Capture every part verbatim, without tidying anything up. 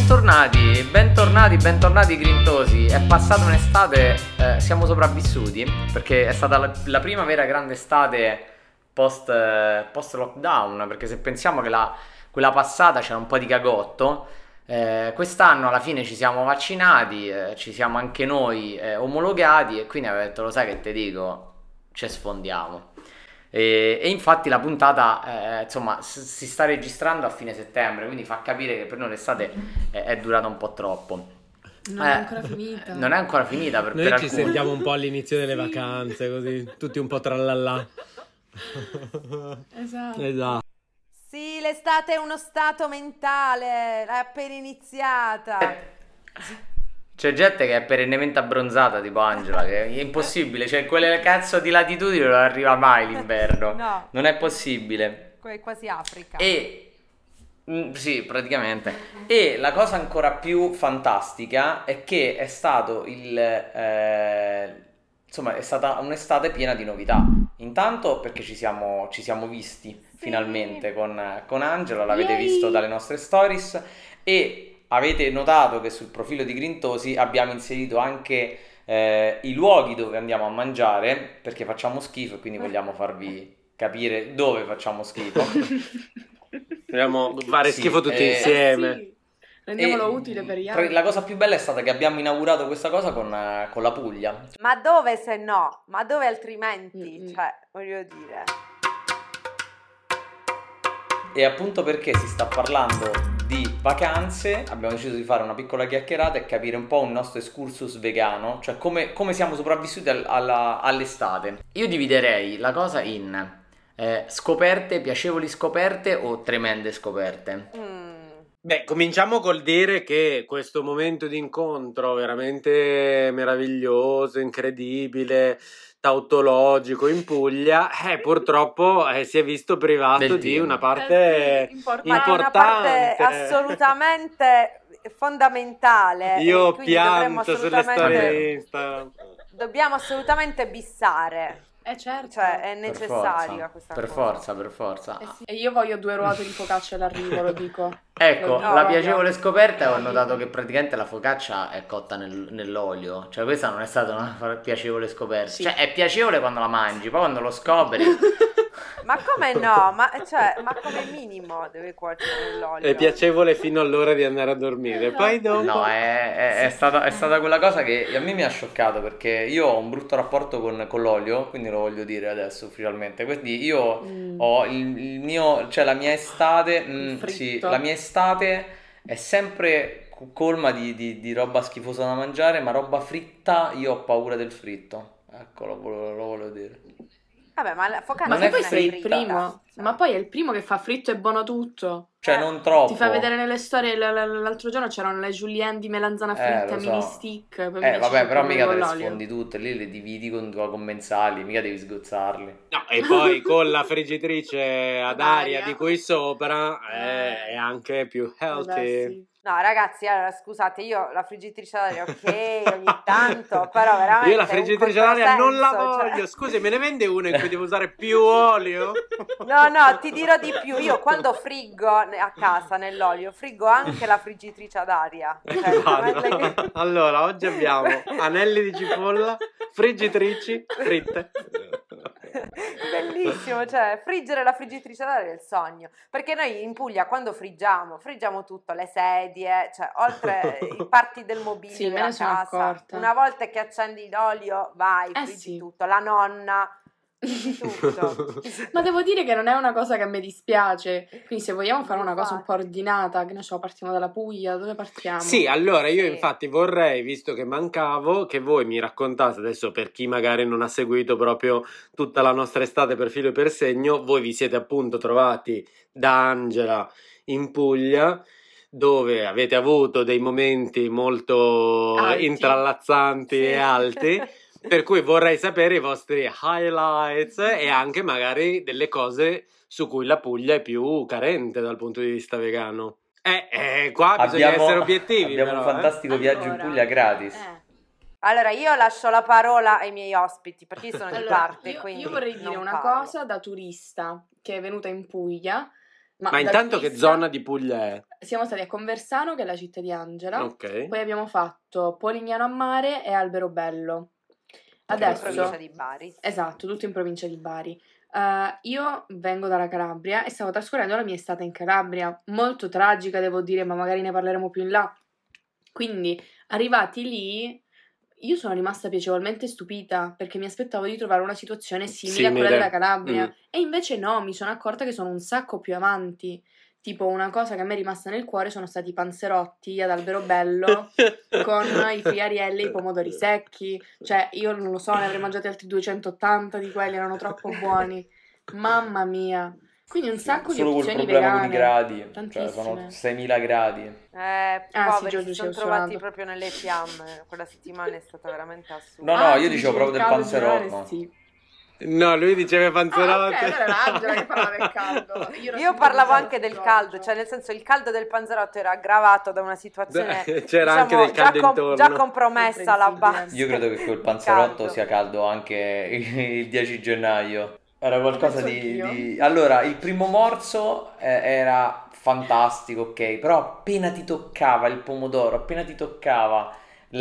bentornati, bentornati, bentornati grintosi. È passata un'estate, eh, siamo sopravvissuti perché è stata la, la prima vera grande estate post, eh, post lockdown. Perché se pensiamo che la, quella passata c'era un po' di cagotto, eh, quest'anno alla fine ci siamo vaccinati, eh, ci siamo anche noi eh, omologati e quindi avevo detto, lo sai che te dico, ci sfondiamo. E, e infatti la puntata eh, insomma s- si sta registrando a fine settembre, quindi fa capire che per noi l'estate è, è durata un po' troppo. Non Eh, è ancora finita. Non è ancora finita per, Noi per ci alcuni. sentiamo un po' all'inizio delle vacanze, così, tutti un po' trallallà. Esatto. Esatto. Sì, l'estate è uno stato mentale, è appena iniziata. C'è gente che è perennemente abbronzata, tipo Angela, che è impossibile, cioè quelle cazzo di latitudini non arriva mai l'inverno. No. Non è possibile. È quasi Africa. E mm, sì, praticamente. E la cosa ancora più fantastica è che è stato il eh, insomma, è stata un'estate piena di novità. Intanto perché ci siamo, ci siamo visti Sì. finalmente con, con Angela, l'avete Yay! visto dalle nostre stories, e avete notato che sul profilo di Grintosi abbiamo inserito anche eh, i luoghi dove andiamo a mangiare, perché facciamo schifo e quindi vogliamo farvi capire dove facciamo schifo. Vogliamo fare Sì, schifo tutti eh, insieme. Sì. Rendiamolo E utile per gli tra- altri. La cosa più bella è stata che abbiamo inaugurato questa cosa con, eh, con la Puglia. Ma dove se no? Ma dove altrimenti? Mm-mm. Cioè, voglio dire. E appunto perché si sta parlando di vacanze, abbiamo deciso di fare una piccola chiacchierata e capire un po' un nostro excursus vegano, cioè come, come siamo sopravvissuti al- alla- all'estate. Io dividerei la cosa in eh, scoperte, piacevoli scoperte o tremende scoperte. Mm. Beh, cominciamo col dire che questo momento di incontro veramente meraviglioso, incredibile, tautologico in Puglia, eh, purtroppo eh, si è visto privato Del di team. una parte Eh sì, importante. Ma è una parte importante. assolutamente fondamentale. Io e quindi dovremmo pianto sulle storie assolutamente, di Instagram. dobbiamo assolutamente bissare. Eh certo. Cioè, è Per necessaria forza, questa per cosa. forza, per forza. Eh sì. E io voglio due ruote di focaccia all'arrivo, lo dico. Ecco, No, la no, piacevole no. scoperta, ho No, notato dico. che praticamente la focaccia è cotta nel- nell'olio, cioè questa non è stata una fa- piacevole scoperta, Sì. cioè è piacevole quando la mangi, poi quando lo scopri, Ma come no? Ma, cioè, ma come minimo deve cuocere nell'olio. È piacevole fino all'ora di andare a dormire, poi dopo... no, è, è- è stata, è stata quella cosa che a me mi ha scioccato, perché io ho un brutto rapporto con, con l'olio, quindi lo voglio dire adesso ufficialmente, quindi io Mm. ho il, il mio, cioè la mia estate, mm, Il sì, fritto. la mia estate è sempre colma di, di- di roba schifosa da mangiare, ma roba fritta io ho paura del fritto, ecco, lo, volevo- lo volevo dire. Vabbè, ma la focaccia Ma Non che è poi non sei il fritta. primo. Ma poi è il primo che fa fritto e buono tutto. Cioè Eh, non troppo. Ti fa vedere nelle storie l- l- l'altro giorno c'erano le julienne di melanzana Eh, fritta, lo so. mini stick. poi mi Eh piace vabbè, però tutto mica te con le l'olio. sfondi tutte, lì le dividi con tua commensali, mica devi sgozzarli. No, e poi con la friggitrice ad Ad aria. aria di qui sopra eh, è anche più healthy. Vabbè, sì. No, ragazzi, allora scusate, io la friggitrice ad aria, ok, ogni tanto, però veramente Io la è un friggitrice ad aria non la controsenso, cioè- voglio. Scusi, me ne vende una in cui devo usare più olio? No, no, ti dirò di più, io quando friggo ne- a casa nell'olio, friggo anche la friggitrice ad aria. Cioè, Guarda. quelle che- Allora, oggi abbiamo anelli di cipolla, friggitrici fritte. Bellissimo, cioè friggere la friggitrice ad aria è il sogno, perché noi in Puglia quando friggiamo, friggiamo tutto, le sedie, cioè oltre i parti del mobilio Sì, me della ne sono casa, accorta. una volta che accendi l'olio, vai, Eh friggi sì. tutto, la nonna, friggi tutto. Ma devo dire che non è una cosa che a me dispiace. Quindi se vogliamo fare una cosa un po' Infatti. ordinata, che ne so, partiamo dalla Puglia, dove partiamo? Sì, allora io Sì. infatti vorrei, visto che mancavo, che voi mi raccontaste adesso, per chi magari non ha seguito proprio tutta la nostra estate per filo e per segno, voi vi siete appunto trovati da Angela in Puglia, dove avete avuto dei momenti molto Alti. intrallazzanti Sì. e alti, per cui vorrei sapere i vostri highlights e anche magari delle cose su cui la Puglia è più carente dal punto di vista vegano. Eh, eh qua bisogna essere obiettivi. abbiamo però, un fantastico eh. viaggio in Allora, Puglia gratis. Eh. Allora io lascio la parola ai miei ospiti, perché io sono di Allora, parte, io, quindi io vorrei dire non una parlo. cosa da turista che è venuta in Puglia Ma da intanto che Pisa zona di Puglia è? siamo stati a Conversano, che è la città di Angela, Ok. poi abbiamo fatto Polignano a Mare e Alberobello. in Adesso, provincia di Bari. esatto, tutto in provincia di Bari. Uh, io vengo dalla Calabria e stavo trascorrendo la mia estate in Calabria, molto tragica devo dire, ma magari ne parleremo più in là. Quindi, arrivati lì, io sono rimasta piacevolmente stupita perché mi aspettavo di trovare una situazione simile, a quella Simile. della Calabria Mm. e invece no, mi sono accorta che sono un sacco più avanti. Tipo, una cosa che a me è rimasta nel cuore sono stati i panzerotti ad Alberobello con i friarielli e i pomodori secchi. Cioè, io non lo so, ne avrei mangiati altri duecentottanta di quelli, erano troppo buoni. Mamma mia. Quindi un sacco Solo di quel opzioni problema vegane. con i gradi, cioè Tantissime. sono seimila gradi. Eh, Ah, sì, poveri, Giorgio, si ci sono ho trovati suonato. proprio nelle fiamme. Quella settimana è stata veramente assurda. No, no, Ah, io tu dicevo dici proprio il del caldo panzerotto. generale, sì. No, lui diceva Ah, ok, panzerotti. allora era Angela che parlava del caldo. Io, ero Io parlavo sintonizzata anche su del Giorgio. caldo, cioè nel senso il caldo del panzerotto era aggravato da una situazione C'era diciamo, anche del già, caldo com- intorno. già compromessa alla Comprensibile. base. Io credo che quel di panzerotto caldo. sia caldo anche il dieci gennaio. Era qualcosa Penso di, anch'io. di- Allora, il primo morso eh, era fantastico, ok, però appena ti toccava il pomodoro, appena ti toccava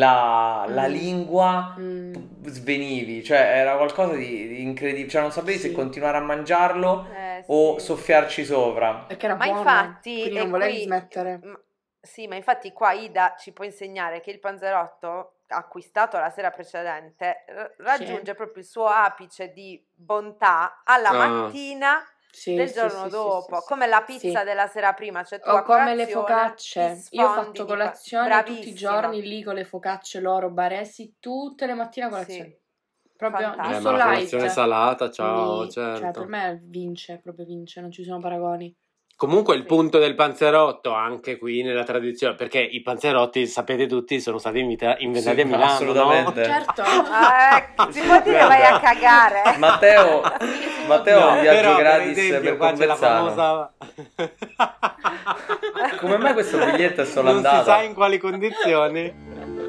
la, la Mm. lingua, Mm. tu svenivi, cioè era qualcosa di, di incredibile, cioè non sapevi se Sì. continuare a mangiarlo Eh, o sì. soffiarci sopra. Perché era Ma buono, infatti, quindi e non volevi qui- smettere. m- sì, ma infatti qua Ida ci può insegnare che il panzerotto acquistato la sera precedente r- raggiunge proprio il suo apice di bontà alla Ah. mattina Sì, del sì, giorno sì, dopo, sì, sì, come la pizza sì. della sera prima, cioè tu O a come le colazione focacce. ti Io ho sfondi fatto di pa- colazione tutti i bravissima. giorni lì con le focacce loro, baresi, tutte le mattine a colazione. Sì. Proprio Fantastico. Eh, giusto ma la light. colazione salata, ciao, Quindi, cioè, certo. per me vince, proprio vince, non ci sono paragoni. Comunque il Sì. punto del panzerotto, anche qui nella tradizione, perché i panzerotti, sapete tutti, sono stati invita- inventati Sì, a Milano, assolutamente. Certo. Ah, ecco, si può dire Guarda, vai a cagare. Matteo, Matteo no? ha un viaggio Però, gratis per esempio, per qua c'è la Conversano. famosa... Come mai questo biglietto è solo non andata? si sa in quali condizioni.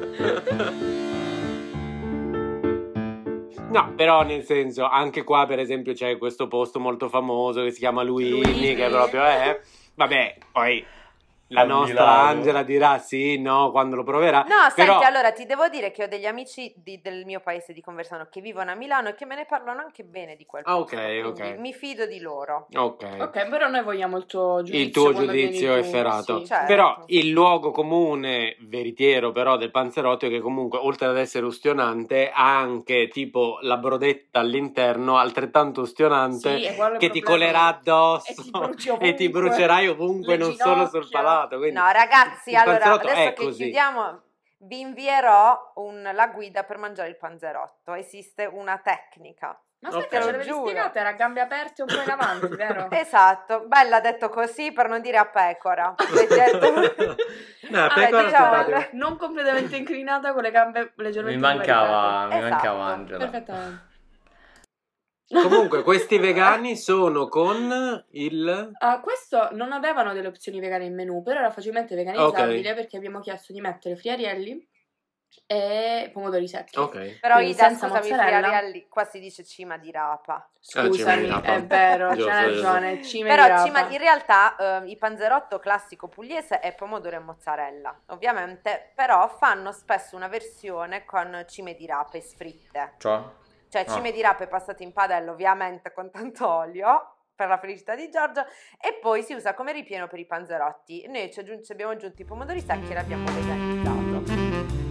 No, però nel senso, anche qua per esempio c'è questo posto molto famoso che si chiama Luini, Luini. che proprio è... Vabbè, poi la A nostra Milano. Angela dirà sì, no, quando lo proverà. No, però... senti, allora ti devo dire che ho degli amici di- del mio paese di Conversano che vivono a Milano e che me ne parlano anche bene di quel Ah, posto, ok, quindi ok. mi fido di loro. Ok. Ok, però noi vogliamo il tuo giudizio. Il tuo quando giudizio vieni è tu, ferrato. sì. Certo. Però il luogo comune veritiero però del panzerotto è che comunque oltre ad essere ustionante ha anche tipo la brodetta all'interno altrettanto ustionante Sì, e quello è il che ti problema. colerà addosso E ti bruci e ti ovunque. brucerai ovunque, Le non solo sul ginocchia. palato. Quindi No, ragazzi, il allora panzerotto adesso è che così. chiudiamo vi invierò un- la guida per mangiare il panzerotto. Esiste una tecnica. Ma Ok. aspetta, Te ce lo l'avevi giuro. spiegato? Era a gambe aperte un po' in avanti, vero? Esatto, bella detto così per non dire a pecora. Leggendo- No, Vabbè, pecora diciamo- simpatico. non completamente inclinata con le gambe leggermente Mi mancava, invertite. mi mancava Esatto. Angela. Perfettamente. Comunque questi vegani sono con il... Ah, questo non avevano delle opzioni vegane in menù, però era facilmente veganizzabile perché abbiamo chiesto di mettere friarielli e pomodori secchi. Ok. Però Quindi Ida, senza scusami, mozzarella. friarielli, qua si dice cima di rapa. Ah, cima Scusami, di rapa. è vero, Giusto, c'hai giusto. ragione, cime Però di rapa. cima- in realtà eh, il panzerotto classico pugliese è pomodoro e mozzarella, ovviamente, però fanno spesso una versione con cime di rape sfritte. Cioè? Cioè Ah. cime di rape passate in padella ovviamente con tanto olio per la felicità di Giorgio e poi si usa come ripieno per i panzerotti. Noi ci, aggiung- ci abbiamo aggiunto i pomodori secchi e l'abbiamo veganizzato.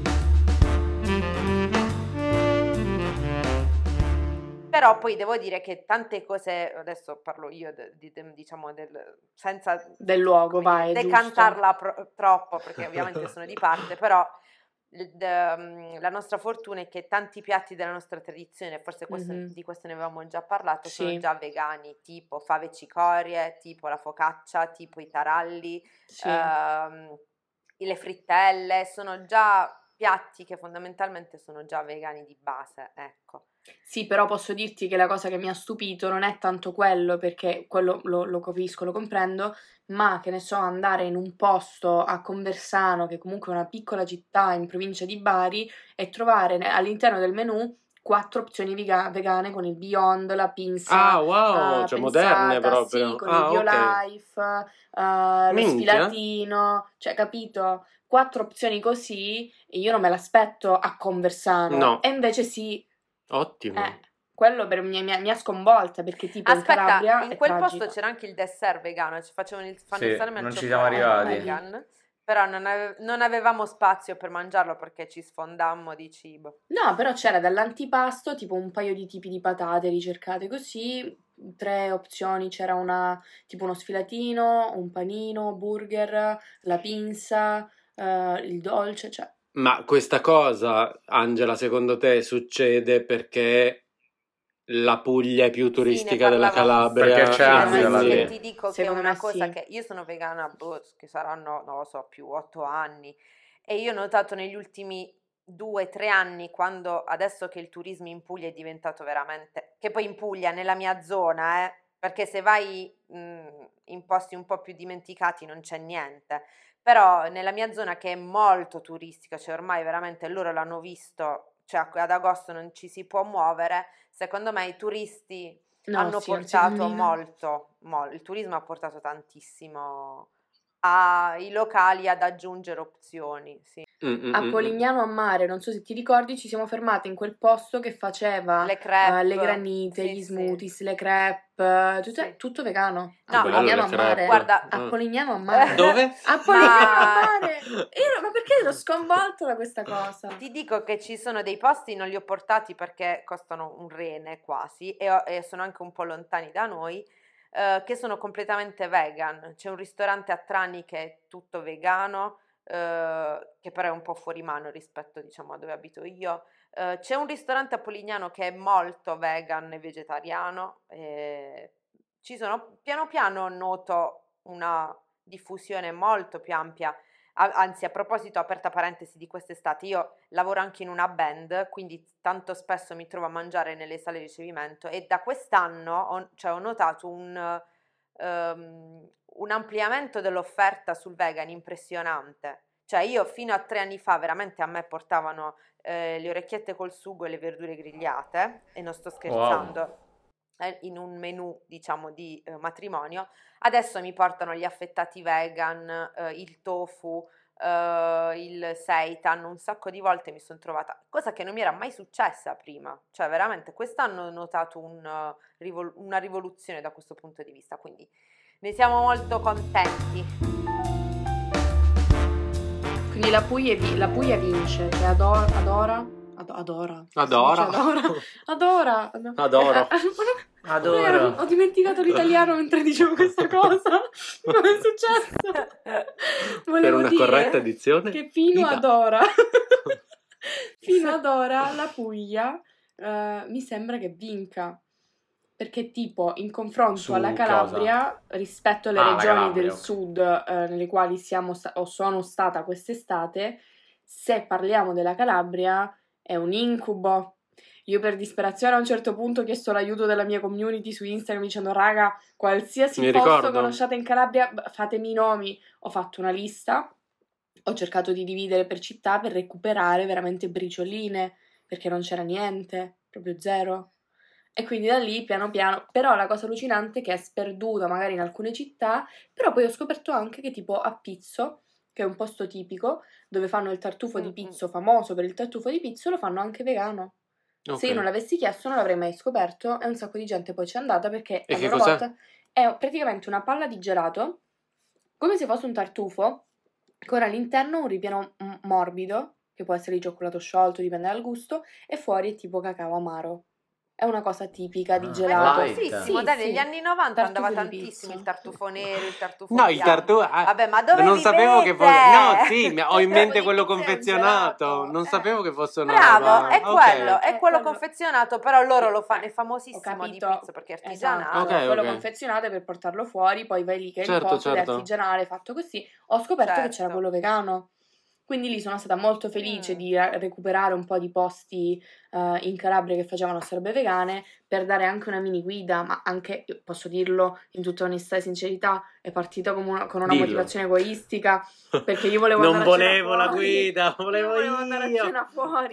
Però poi devo dire che tante cose, adesso parlo io de- di- de- diciamo del, senza Del luogo, come vai, dire, è decantarla pro- troppo perché ovviamente sono di parte, però il- de- um, la nostra fortuna è che tanti piatti della nostra tradizione, forse questo- Mhm. di questo ne avevamo già parlato, sono Sì. già vegani, tipo fave e cicorie, tipo la focaccia, tipo i taralli, Sì. ehm, le frittelle, sono già piatti che fondamentalmente sono già vegani di base, ecco. Sì, però posso dirti che la cosa che mi ha stupito non è tanto quello, perché quello lo, lo capisco, lo comprendo, ma che ne so, andare in un posto a Conversano, che comunque è una piccola città in provincia di Bari, e trovare ne- all'interno del menù quattro opzioni vega- vegane con il Beyond, la pinza, Ah, wow, eh, cioè pensata, moderne proprio. sì, con Ah, il Bio ok. Life, eh, lo Minchia. sfilatino, cioè capito? Quattro opzioni così e io non me l'aspetto a Conversano. No. E invece sì, Ottimo. eh, quello per mi, mi, mi ha sconvolta perché tipo in Aspetta, Calabria in è quel tragico. posto c'era anche il dessert vegano, ci facevano il, fanno il Sì, salame al non ci siamo cioccolato arrivati. vegan, però non, ave- non avevamo spazio per mangiarlo perché ci sfondammo di cibo. No, però c'era dall'antipasto tipo un paio di tipi di patate ricercate così, tre opzioni, c'era una tipo uno sfilatino, un panino, burger, la pinza, eh, il dolce, cioè Ma questa cosa, Angela, secondo te succede perché la Puglia è più Sì, ne turistica della parlavamo. Calabria? Perché c'è e Angela quindi- lì. Che ti dico che è Secondo una me cosa sì. che io sono vegana, boh, che saranno, non lo so, più otto anni e io ho notato negli ultimi due, tre anni, quando adesso che il turismo in Puglia è diventato veramente, che poi in Puglia, nella mia zona, eh, perché se vai mh, in posti un po' più dimenticati non c'è niente, però nella mia zona che è molto turistica, cioè ormai veramente loro l'hanno visto, cioè ad agosto non ci si può muovere, secondo me i turisti no, hanno sì, non si portato cammina. molto, mol- il turismo ha portato tantissimo ai locali ad aggiungere opzioni, sì. Mm, mm, A mm, mm. Polignano a Mare, non so se ti ricordi, ci siamo fermate in quel posto che faceva Le eh, crepe, le granite, sì, gli sì. smoothies, le crepe, tutto, Sì. tutto vegano. No, A Bello, Polignano le a crepe. Mare. Guarda- A Ah. Polignano a Mare. Dove? A Polignano a Ma- Mare. Io- ma perché ero sconvolta da questa cosa? Ti dico che ci sono dei posti, non li ho portati perché costano un rene quasi e, ho- e sono anche un po' lontani da noi, eh, che sono completamente vegan. C'è un ristorante a Trani che è tutto vegano, eh, che però è un po' fuori mano rispetto, diciamo, a dove abito io. Eh, c'è un ristorante a Polignano che è molto vegan e vegetariano. e ci sono, piano piano noto una diffusione molto più ampia. A- Anzi, a proposito, aperta parentesi di quest'estate, io lavoro anche in una band, quindi tanto spesso mi trovo a mangiare nelle sale di ricevimento e da quest'anno ho, cioè, ho notato un, ehm, un ampliamento dell'offerta sul vegan impressionante. Cioè io fino a tre anni fa veramente a me portavano eh, le orecchiette col sugo e le verdure grigliate, e non sto scherzando, eh, in un menù diciamo di eh, matrimonio. Adesso mi portano gli affettati vegan, eh, il tofu, eh, il seitan, un sacco di volte mi sono trovata, cosa che non mi era mai successa prima, cioè veramente quest'anno ho notato un, eh, rivol- una rivoluzione da questo punto di vista, quindi ne siamo molto contenti. Quindi la Puglia, vi- la Puglia vince, che adora, adora, ado- adora, Adora. Si dice adora, adora, Adoro. Adoro. Eh, Ho dimenticato l'italiano mentre dicevo questa cosa. Come è successo? Per Volevo una dire corretta edizione. che fino Ida. ad ora, fino ad ora la Puglia eh, mi sembra che vinca. Perché tipo in confronto Su alla Calabria, rispetto alle Ah, la regioni Calabria, del ok. sud eh, nelle quali siamo sta- o sono stata quest'estate, se parliamo della Calabria è un incubo. Io per disperazione a un certo punto ho chiesto l'aiuto della mia community su Instagram dicendo raga, qualsiasi Mi posto ricordo. conosciate in Calabria, b- fatemi i nomi. Ho fatto una lista, ho cercato di dividere per città per recuperare veramente bricioline, perché non c'era niente, proprio zero. E quindi da lì piano piano, però la cosa allucinante è che è sperduta magari in alcune città, però poi ho scoperto anche che tipo a Pizzo, che è un posto tipico, dove fanno il tartufo di Mm, mm. Pizzo, famoso per il tartufo di Pizzo, lo fanno anche vegano. Ok. Se io non l'avessi chiesto non l'avrei mai scoperto e un sacco di gente poi c'è andata perché E a che loro cos'è? volta è praticamente una palla di gelato, come se fosse un tartufo, con all'interno un ripieno m- morbido, che può essere di cioccolato sciolto, dipende dal gusto, e fuori è tipo cacao amaro. È una cosa tipica di Ah, gelato. light. famosissimo, Sì, dai, sì. negli anni novanta Tartufo andava di tantissimo pizza. il tartufo nero, il tartufo No, il bianco. tartufo. ah, Vabbè, ma dove non vivete? sapevo che fosse. No, sì, mi- ho in Il mente tartufo quello di pizza è un confezionato. gelato. Non Eh. sapevo che fosse una Bravo, roba. è Ok. quello, è È quello quello. confezionato, però loro Sì. lo fanno, è Ho famosissimo di capito. pizza perché è Esatto, artigianale. Ok, quello ok. confezionato è per portarlo fuori, poi vai lì che è il Certo, posto ed è certo. artigianale, fatto così. Ho scoperto che c'era Certo. quello vegano. Quindi lì sono stata molto felice Mm. di ra- recuperare un po' di posti eh, in Calabria che facevano queste robe vegane per dare anche una mini guida, ma anche, io posso dirlo in tutta onestà e sincerità, è partita come una- con una Dillo. motivazione egoistica, perché io volevo Non andare a cena volevo la fuori. guida, volevo io volevo andare a io. cena fuori.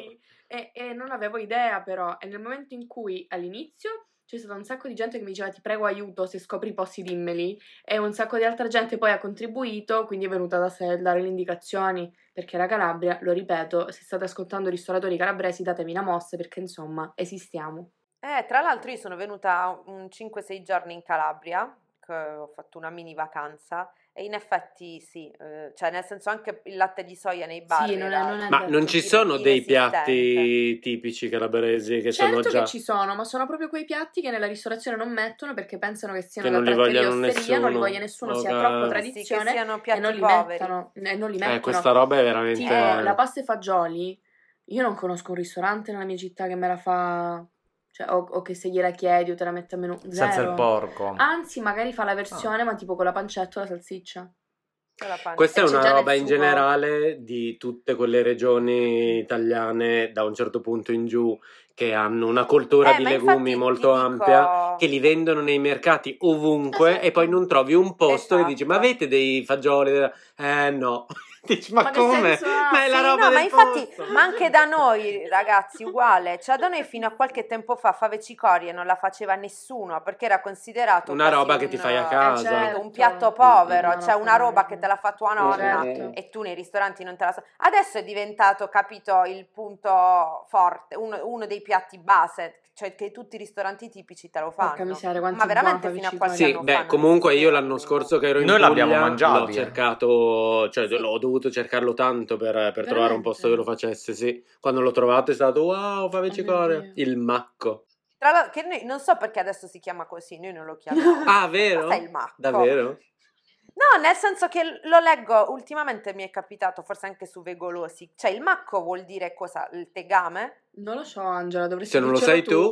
E, e non avevo idea però, e nel momento in cui all'inizio c'è stato un sacco di gente che mi diceva ti prego aiuto, se scopri i posti dimmeli, e un sacco di altra gente poi ha contribuito, quindi è venuta da sé a dare le indicazioni, perché la Calabria, lo ripeto, se state ascoltando ristoratori calabresi datevi una mossa perché insomma esistiamo. Eh, tra l'altro io sono venuta un cinque sei giorni in Calabria, che ho fatto una mini vacanza, e in effetti sì, eh, cioè nel senso anche il latte di soia nei bar Sì, non è- era non è Ma detto. non ci sono dei inesistente. piatti tipici calabresi che Certo sono già... che ci sono, ma sono proprio quei piatti che nella ristorazione non mettono perché pensano che siano Che da non li trattoria vogliano osteria, non li nessuno. voglia nessuno, Ok. sia troppo Sì, che tradizione siano e piatti non li poveri. mettono, e non li mettono. Eh, questa roba è veramente... Tipo la pasta e fagioli, io non conosco un ristorante nella mia città che me la fa, cioè, o, o che se gliela chiedi o te la mette a menù, zero. Senza il porco. Anzi, magari fa la versione, ma tipo con la pancetta o la salsiccia. Con la pancia. Questa è E c'è una già nel roba in sugo. generale di tutte quelle regioni italiane da un certo punto in giù che hanno una cultura Eh, di ma legumi infatti ti molto dico- ampia, che li vendono nei mercati ovunque Esatto. e poi non trovi un posto che dici Esatto. ma avete dei fagioli? Eh no. Dici ma, Ma che come? senso ha? Ma è la Sì, roba no, del ma infatti, posto. ma anche da noi, ragazzi, uguale. Cioè, da noi fino a qualche tempo fa fave cicorie non la faceva nessuno perché era considerato Una quasi roba che un, ti fai a eh, casa. certo. un piatto povero, No, no, cioè una roba no. che te la fa tua nonna Certo. e tu nei ristoranti non te la sa. Adesso è diventato, capito, il punto forte, uno, uno dei piatti base, cioè che tutti i ristoranti tipici te lo fanno. Porca miseria, quanto Ma veramente buona fino a fave qualche Sì, anno fa beh, non comunque io esisteva. l'anno scorso che ero in Noi Puglia l'abbiamo mangiati, l'ho eh. cercato, cioè Sì. l'ho dovuto cercarlo tanto per, per trovare un Veramente? posto che lo facesse, sì. Quando l'ho trovato è stato wow, fave Oh mio cicorie. Dio. Il macco. Tra l'altro, che noi, non so perché adesso si chiama così, noi non lo chiamiamo. Ah, vero? Cos'è il macco? Davvero? No, nel senso che lo leggo, ultimamente mi è capitato, forse anche su Vegolosi, cioè il macco vuol dire cosa? Il tegame? Non lo so, Angela, dovresti Se non lo dircelo sai tu.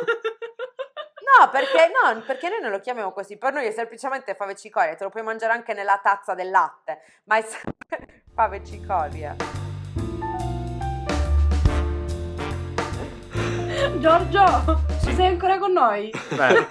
No, perché, no, perché noi non lo chiamiamo così, per noi è semplicemente fave cicorie, te lo puoi mangiare anche nella tazza del latte, ma è sempre fave cicorie. Giorgio, sei ancora con noi? Beh.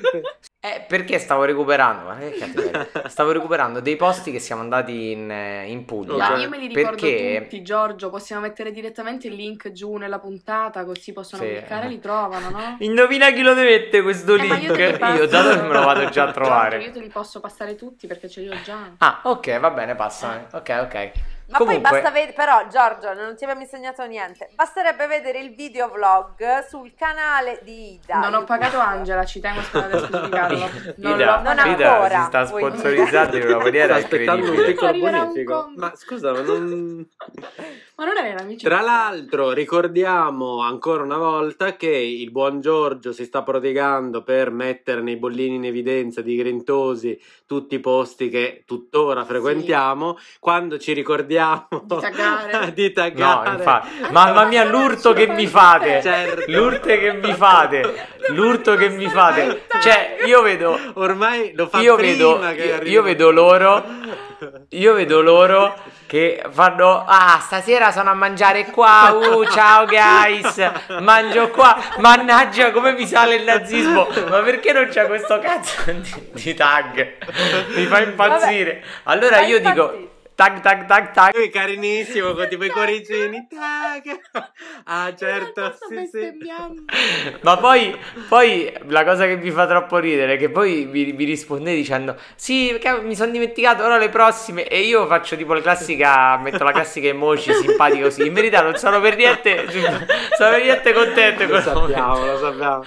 Eh, perché stavo recuperando, ma che cattiveria. Stavo recuperando dei posti che siamo andati in, eh, in Puglia. Ma io me li ricordo perché tutti, Giorgio. Possiamo mettere direttamente il link giù nella puntata, così possono Sì. cliccare e li trovano, no? Indovina chi lo deve mettere questo Eh, ma link? io te li passo. Io dato che me lo vado già a trovare. Giorgio, io te li posso passare tutti perché ce li ho già. Ah, ok, va bene, passa. Ok, ok. Ma Comunque, poi basta vedere, però Giorgio, non ti abbiamo insegnato niente, basterebbe vedere il videovlog sul canale di Ida. Non ho YouTube. pagato Angela, ci tengo a specificarlo. Non Ida, l'ho Non pagato. Ida ancora, si sta vuoi sponsorizzando in una maniera Sta aspettando un incredibile. piccolo Arriverà un bonifico. conto. Ma scusa, ma non... Ma non era amici. Tra l'altro ricordiamo ancora una volta che il buon Giorgio si sta prodigando per mettere nei bollini in evidenza di Grintosi tutti i posti che tuttora frequentiamo, quando ci ricordiamo Di taggare. di No, taggare. infatti. Mamma mia, l'urto che mi fate. Certo. L'urto che mi fate. L'urto che mi fate. Cioè, io vedo Ormai lo fa io prima vedo che io, arrivi. io vedo loro io vedo loro che fanno ah stasera sono a mangiare qua uh ciao guys mangio qua mannaggia come mi sale il nazismo ma perché non c'è questo cazzo di, di tag mi fa impazzire allora Ma io infatti- dico tag tag tag tag Lui carinissimo con tipo i cuoricini. Tag. Ah certo, Sto sì sì. bestemmiando. ma poi, poi la cosa che mi fa troppo ridere è che poi mi, mi rispondete dicendo sì, perché mi sono dimenticato, ora le prossime. E io faccio tipo la classica, metto la classica emoji simpatica così. In verità non sono per niente, sono per niente contento. in Lo questo sappiamo, momento. lo sappiamo.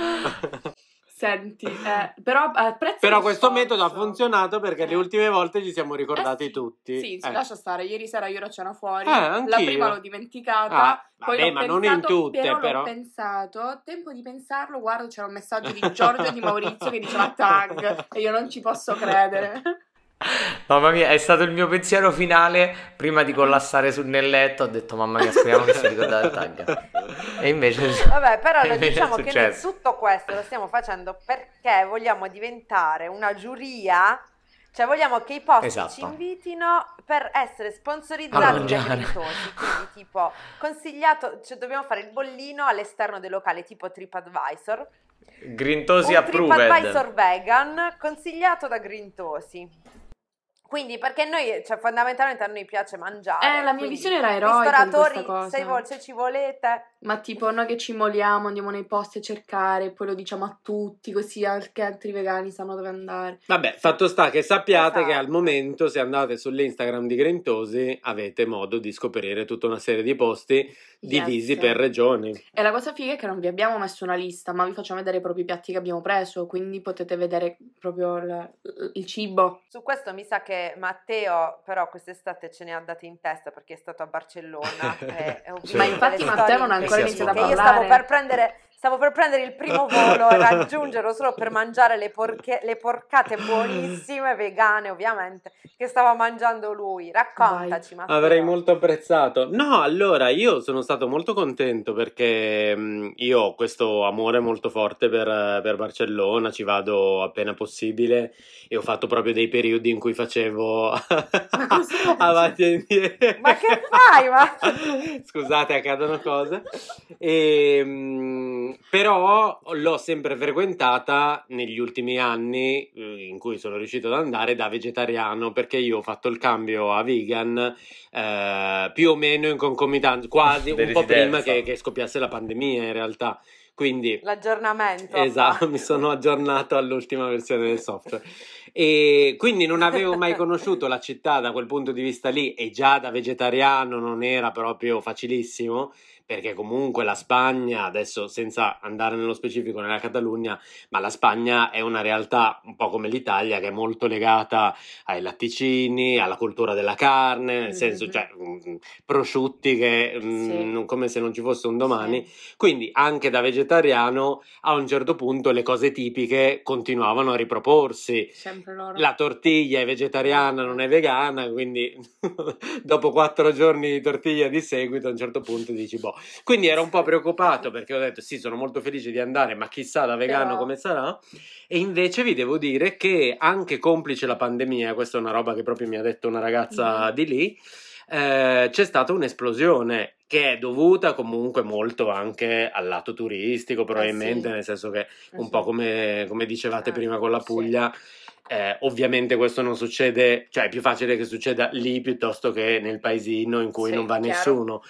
Senti, eh, però apprezzo Però lo questo sforzo. metodo ha funzionato perché le ultime volte ci siamo Eh ricordati sì, tutti. Sì, sì, Eh. lascia stare. Ieri sera io ero a cena fuori. Eh, anch'io. La prima l'ho dimenticata. Ah, poi vabbè, l'ho ma pensato, non in tutte, però. però. L'ho pensato. Tempo di pensarlo, guardo, c'era un messaggio di Giorgio e di Maurizio che diceva tag. E io non ci posso credere. Mamma mia, è stato il mio pensiero finale prima di collassare sul nel letto. Ho detto mamma mia, speriamo che si ricorda il tag. E invece Vabbè, però e invece è diciamo che noi successo. tutto questo lo stiamo facendo perché vogliamo diventare una giuria, cioè vogliamo che i posti Esatto. ci invitino per essere A sponsorizzati da mangiare. Grintosi, quindi tipo consigliato, cioè dobbiamo fare il bollino all'esterno del locale tipo TripAdvisor, Grintosi un approved. TripAdvisor vegan consigliato da Grintosi. Quindi perché noi, cioè fondamentalmente a noi piace mangiare. Eh, la mia quindi visione era eroica di ristoratori, questa cosa. se, vo- se ci volete, Ma tipo noi che ci moliamo, andiamo nei posti a cercare, poi lo diciamo a tutti, così anche altri vegani sanno dove andare. Vabbè, fatto sta che sappiate Esatto. che al momento, se andate sull'Instagram di Grintosi, avete modo di scoprire tutta una serie di posti divisi Yes. per regioni. E la cosa figa è che non vi abbiamo messo una lista, ma vi facciamo vedere proprio i piatti che abbiamo preso, quindi potete vedere proprio il, il cibo. Su questo mi sa che Matteo però quest'estate ce ne ha date in testa perché è stato a Barcellona. e, e ho visto Ma infatti delle Matteo storie non ha ancora incredibili, iniziato a che io parlare. stavo per prendere stavo per prendere il primo volo e raggiungerlo solo per mangiare le, porche, le porcate buonissime, vegane ovviamente, che stava mangiando lui. Raccontaci, Matteo. Avrei molto apprezzato. No, allora io sono stato molto contento perché mh, io ho questo amore molto forte per, per Barcellona, ci vado appena possibile e ho fatto proprio dei periodi in cui facevo cosa avanti e indietro. Ma che fai? Ma... Scusate, accadono cose. E, mh, però l'ho sempre frequentata negli ultimi anni eh, in cui sono riuscito ad andare da vegetariano, perché io ho fatto il cambio a vegan eh, più o meno in concomitanza, quasi un po' Desidenza. prima che, che scoppiasse la pandemia in realtà. Quindi L'aggiornamento. esatto, mi sono aggiornato all'ultima versione del software e quindi non avevo mai conosciuto la città da quel punto di vista lì, e già da vegetariano non era proprio facilissimo, perché comunque la Spagna, adesso senza andare nello specifico nella Catalogna, ma la Spagna è una realtà un po' come l'Italia, che è molto legata ai latticini, alla cultura della carne, nel senso, Mhm. cioè mh, prosciutti che mh, Sì. non- come se non ci fosse un domani. Sì. Quindi anche da vegetariano a un certo punto le cose tipiche continuavano a riproporsi. Sempre loro. La tortiglia è vegetariana, non è vegana, quindi dopo quattro giorni di tortiglia di seguito a un certo punto dici boh. Quindi ero un po' preoccupato perché ho detto sì, sono molto felice di andare, ma chissà da vegano Però- come sarà. E invece vi devo dire che anche complice la pandemia, questa è una roba che proprio mi ha detto una ragazza Mhm. di lì, eh, c'è stata un'esplosione che è dovuta comunque molto anche al lato turistico, probabilmente, sì. nel senso che Eh un sì. po' come, come dicevate Eh, prima con la sì. Puglia, eh, ovviamente questo non succede, cioè è più facile che succeda lì piuttosto che nel paesino in cui Sì, non va chiaro. nessuno.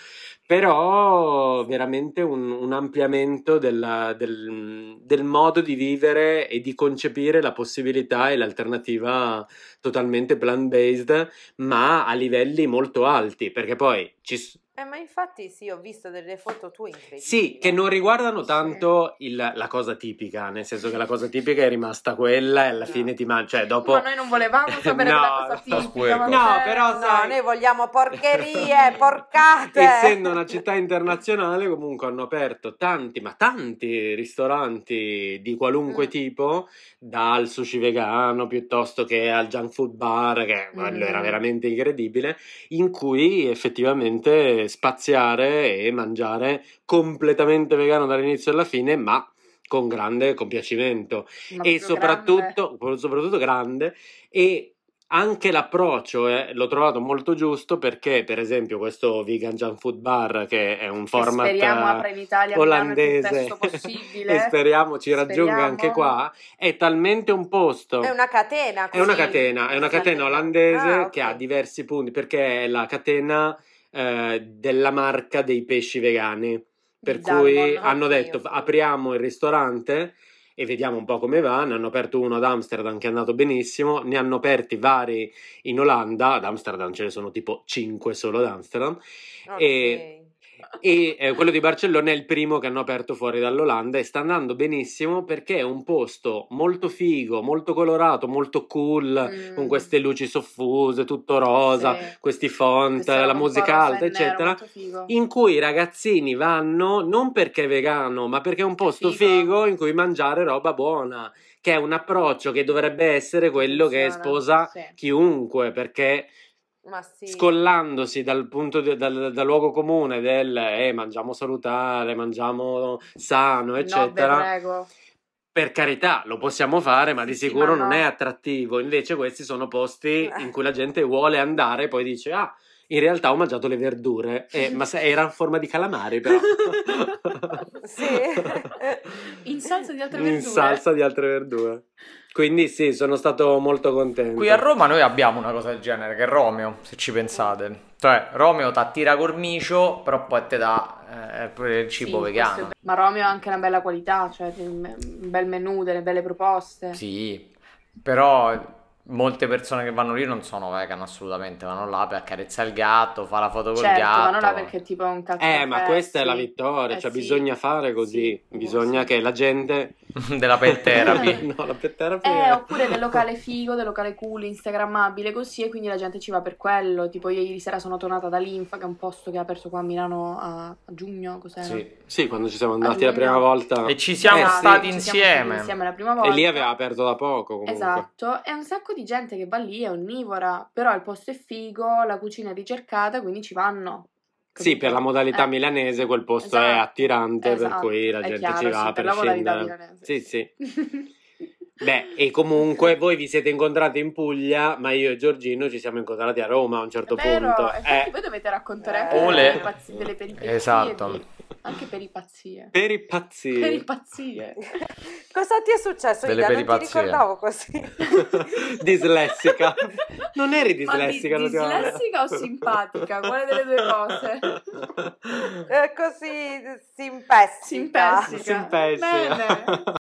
Però veramente un, un ampliamento della- del, del modo di vivere e di concepire la possibilità e l'alternativa totalmente plant-based, ma a livelli molto alti, perché poi ci s- Eh, ma infatti sì, ho visto delle foto tue incredibili. sì, che non riguardano Sì. tanto il- la cosa tipica, nel senso che la cosa tipica è rimasta quella e alla No. fine ti mangi, cioè dopo... Ma noi non volevamo sapere No, della cosa no. tipica. Spuerco. ma No, che- però No, sai- noi vogliamo porcherie, porcate. Essendo una città internazionale, comunque hanno aperto tanti, ma tanti ristoranti di qualunque Mm. tipo, dal sushi vegano piuttosto che al junk food bar, che quello era Mm. veramente incredibile, in cui effettivamente spaziare e mangiare completamente vegano dall'inizio alla fine, ma con grande compiacimento ma e proprio soprattutto, soprattutto grande, e anche l'approccio eh, l'ho trovato molto giusto, perché per esempio questo Vegan Junk Food Bar, che è un Che format speriamo eh, apra in Italia a Milano il più olandese presto possibile. e speriamo ci raggiunga Speriamo. anche qua, è talmente un posto, È una catena. è una così. catena, è una Sì. catena olandese Ah, ok. che ha diversi punti, perché è la catena eh, della marca dei pesci vegani, per Di cui Dalbon. hanno Ok, detto ok. apriamo il ristorante e vediamo un po' come va. Ne hanno aperto uno ad Amsterdam che è andato benissimo, ne hanno aperti vari in Olanda, ad Amsterdam ce ne sono tipo cinque solo ad Amsterdam, Ok. e e eh, quello di Barcellona è il primo che hanno aperto fuori dall'Olanda e sta andando benissimo, perché è un posto molto figo, molto colorato, molto cool, Mm. con queste luci soffuse, tutto rosa, Sì. questi font, Questa la roba un po' musica rosa alta, e nero, eccetera, molto figo. in cui i ragazzini vanno non perché è vegano, ma perché è un posto Figo. figo in cui mangiare roba buona, che è un approccio che dovrebbe essere quello che Funziona, sposa sì. chiunque, perché Ma sì. scollandosi dal punto di- dal, dal luogo comune del eh, mangiamo salutare, mangiamo sano, No, ve eccetera, prego. per carità lo possiamo fare, ma di Sì, sì, sicuro ma non no. è attrattivo. Invece questi sono posti in cui la gente vuole andare e poi dice ah, in realtà ho mangiato le verdure, eh, ma se era in forma di calamari però. Sì. In salsa di altre In verdure. salsa di altre verdure. Quindi sì, sono stato molto contento. Qui a Roma noi abbiamo una cosa del genere, che è Romeo, se ci pensate. Cioè, Romeo t'attira cormicio, però poi te dà eh, pure il cibo Sì, vegano. questo è- Ma Romeo ha anche una bella qualità, cioè un bel menù, delle belle proposte. Sì, però molte persone che vanno lì non sono vegan assolutamente, vanno là per accarezzare il gatto, fa la foto col Certo, gatto. vanno là perché è tipo un cazzo Eh, ma caffè, questa è la sì. vittoria, Eh, cioè sì. bisogna fare così, Sì, bisogna sì. che la gente... della pet therapy. No, la pet therapy Eh, è- oppure del locale figo, del locale cool, instagrammabile così, e quindi la gente ci va per quello. Tipo io ieri sera sono tornata da Linfa, che è un posto che ha aperto qua a Milano a, a giugno, cos'era? Sì. Sì, quando ci siamo A andati la giugno. prima volta. E ci siamo Eh, Esatto, sì. stati ci siamo insieme. stati insieme la prima volta. E lì aveva aperto da poco comunque. Esatto, è un sacco di gente che va lì, è onnivora, però il posto è figo, la cucina è ricercata, quindi ci vanno. Sì, per la modalità Eh. milanese quel posto Esatto, è attirante, per esatto, cui la è gente chiaro, ci va sì, a per la modalità prescindere. milanese. Sì, sì. Beh, e comunque voi vi siete incontrati in Puglia, ma io e Giorgino ci siamo incontrati a Roma a un certo È vero, punto. infatti Eh, voi dovete raccontare Eh. anche Ole. delle, pazzi- delle peripezie. Esatto. di- Anche peripazie. per i pazzi. Peripazie. Cosa ti è successo? Delle Ida? Non ti peripazie. ricordavo così. Dislessica. Non eri Ma di- dislessica l'ultima volta? dislessica o simpatica? Quale delle due cose? Eh, così simpessica. Simpessica. Simpessica. Bene.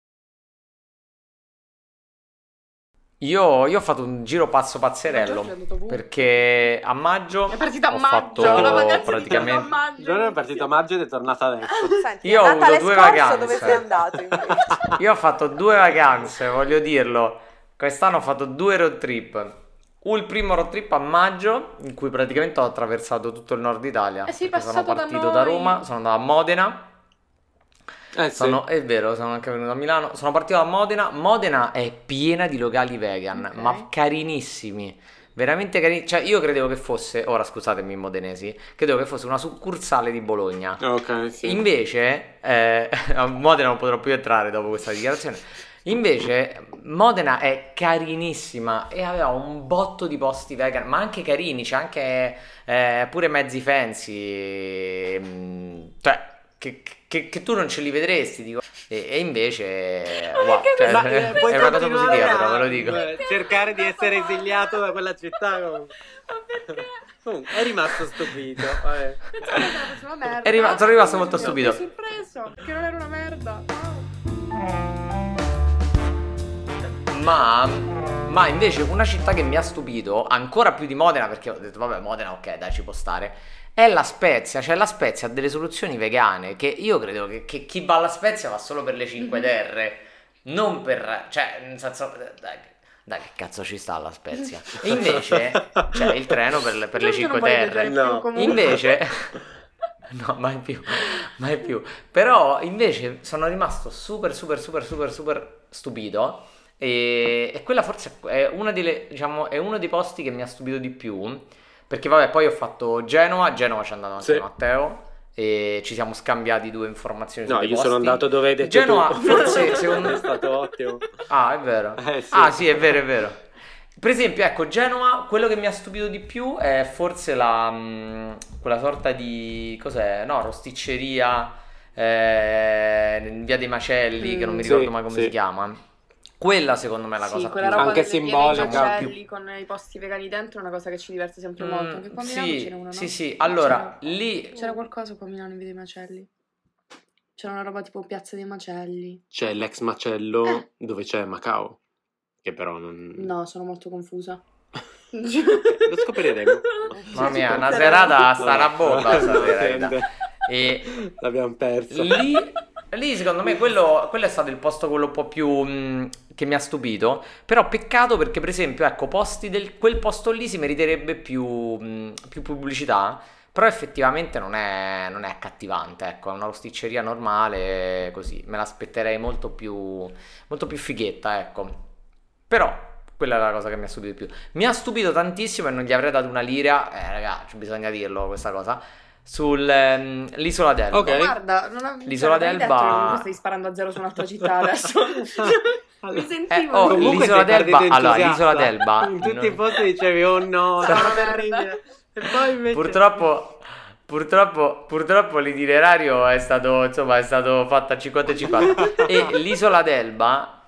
Io, io ho fatto un giro pazzo pazzerello, Giorgio è andato ovunque. perché a maggio È partita a ho maggio, fatto la vacanza di praticamente... a maggio. Giorgio è partito a maggio ed è tornato adesso. Senti, Io ho Natale avuto due scorso vacanze. dove sei andato invece? Io ho fatto due vacanze, voglio dirlo. Quest'anno ho fatto due road trip. Il primo road trip a maggio, in cui praticamente ho attraversato tutto il nord Italia. Eh sì, perché sono passato da partito da noi. Roma, sono andato a Modena. Eh sì. Sono, è vero, sono anche venuto a Milano. Sono partito da Modena. Modena è piena di locali vegan, Ok. ma carinissimi. Veramente carini. Cioè, io credevo che fosse, ora scusatemi, modenesi, credevo che fosse una succursale di Bologna. Ok, sì. Invece, eh, a Modena non potrò più entrare dopo questa dichiarazione. Invece, Modena è carinissima e aveva un botto di posti vegan, ma anche carini, c'è anche eh, pure mezzi fancy, mm, cioè che, che- che tu non ce li vedresti, dico. E, e invece, wow, cioè, Ma, eh, puoi è una cosa continuare positiva, a- però ve lo dico. eh, cercare di essere esiliato da quella città. comunque. Ma perché? Comunque, è rimasto stupito. Vabbè. Pensavo che fosse una merda. È rima- sono rimasto molto Mi ha stupito. sorpreso, perché non era una merda. Ma, ma invece una città che mi ha stupito ancora più di Modena, perché ho detto vabbè Modena ok dai ci può stare, è la Spezia. Cioè la Spezia ha delle soluzioni vegane che io credo che, che chi va alla Spezia va solo per le Cinque Terre, non per, cioè nel senso dai, dai che cazzo ci sta alla Spezia, e invece c'è il treno per, le- per le Giorgio non Cinque vuole Terre. viaggiare più, No. comunque. Invece, no, mai più, mai più. Però invece sono rimasto super, super, super, super, super stupito. E, e quella forse è una delle, diciamo, è uno dei posti che mi ha stupito di più. Perché, vabbè, poi ho fatto Genova. A Genova ci è andato anche Sì. Matteo. E ci siamo scambiati due informazioni No, sui io posti. sono andato dove hai detto Genova, tu. forse, secondo me- È stato ottimo. Ah, è vero. Eh, sì. Ah, sì, è vero, è vero. Per esempio, ecco, Genova, quello che mi ha stupito di più è forse la mh, quella sorta di cos'è? No, rosticceria eh, in Via dei Macelli, che non mi Mm. ricordo Sì, mai come sì. si chiama. Quella secondo me è la Sì, cosa quella più roba Anche delle piene simbolica, di macelli più- con i posti vegani dentro è una cosa che ci diverte sempre Mm, molto. Anche qua a Milano sì, c'era una, no? sì, sì. Allora, C'era- lì C'era qualcosa qua a Milano in Via dei Macelli. C'era una roba tipo Piazza dei Macelli. C'è l'ex macello Eh. dove c'è Macao, che però non... No, sono molto confusa. Lo scopriremo. mamma mia, Ci una penserò. serata sta una bomba No, stasera. niente. Ida. E L'abbiamo perso. lì, lì secondo me quello, quello è stato il posto quello un po' più mh, che mi ha stupito. Però peccato perché per esempio ecco posti del, quel posto lì si meriterebbe più, mh, più pubblicità. Però effettivamente non è, non è accattivante, ecco, è una rosticceria normale così. Me l'aspetterei molto più, molto più fighetta, ecco. Però quella è la cosa che mi ha stupito di più. Mi ha stupito tantissimo e non gli avrei dato una lira, eh ragazzi, bisogna dirlo questa cosa, sull'isola d'Elba. Ok. Guarda, non ho, L'isola cioè, avevi d'Elba- detto che comunque stai sparando a zero su un'altra città adesso. Mi sentivo. Eh, oh, Comunque l'isola sei partito d'Elba, allora, entusiasta. l'isola d'Elba, In tutti non- i posti dicevi oh no, Sarà sarà una terribile. E poi invece... Purtroppo, purtroppo, purtroppo l'itinerario è stato, insomma, è stato fatto a cinquanta e cinquanta. E l'isola d'Elba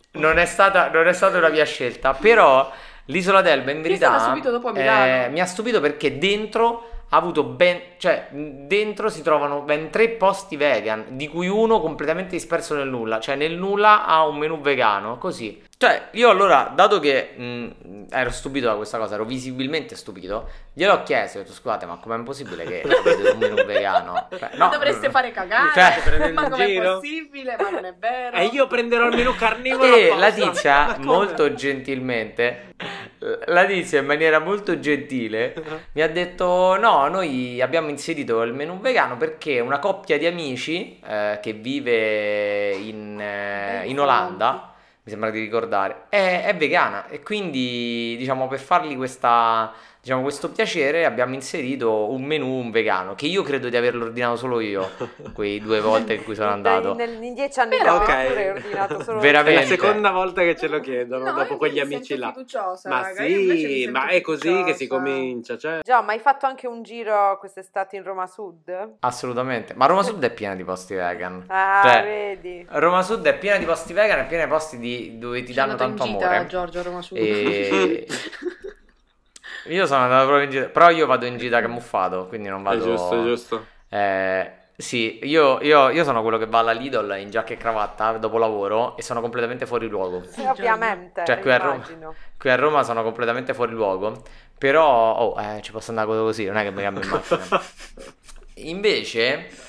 non è stata, non è stata una mia scelta, però l'Isola d'Elba in Che è stata verità subito dopo a Milano. eh, mi ha stupito perché dentro ha avuto ben, cioè dentro si trovano ben tre posti vegan, di cui uno completamente disperso nel nulla, cioè nel nulla ha un menù vegano, così. Cioè io allora, dato che mh, ero stupito da questa cosa, ero visibilmente stupito, gliel'ho chiesto, ho detto scusate ma com'è possibile che avete un menù vegano? Cioè, no, Dovreste fare cagare, cioè, prendere ma in com'è giro? possibile? Ma non è vero. E io prenderò il menù carnivoro E apposta. la tizia Ma come? molto gentilmente, la tizia in maniera molto gentile mi ha detto no, noi abbiamo inserito il menù vegano perché una coppia di amici eh, che vive in, eh, in Olanda, mi sembra di ricordare, è, è vegana e quindi diciamo per fargli questa, diciamo, questo piacere abbiamo inserito un menù vegano che io credo di averlo ordinato solo io quei due volte in cui sono andato. In, in dieci anni Però- dopo Ok. pure ho ordinato solo È Veramente. la seconda volta che ce lo chiedono No, dopo io quegli mi amici sento là. fiduciosa, Ma raga, io invece mi sì, sento ma è così che si fiduciosa. comincia, cioè. Già, ma hai fatto anche un giro quest'estate in Roma Sud? Assolutamente, ma Roma Sud è piena di posti vegan. Ah, Cioè, vedi. Roma Sud è piena di posti vegan e piena di posti di, dove ti Ci è danno andato in tanto gita, amore. Giorgio, a Roma Sud. E io sono andato proprio in gita, però io vado in gita camuffato, quindi non È vado. giusto, è giusto. Eh, sì, io, io- io sono quello che va alla Lidl in giacca e cravatta dopo lavoro e sono completamente fuori luogo. Sì, ovviamente, Cioè, qui a Roma, immagino. qui a Roma sono completamente fuori luogo. Però, oh, eh, ci posso andare così, non è che mi cambio in macchina. Invece,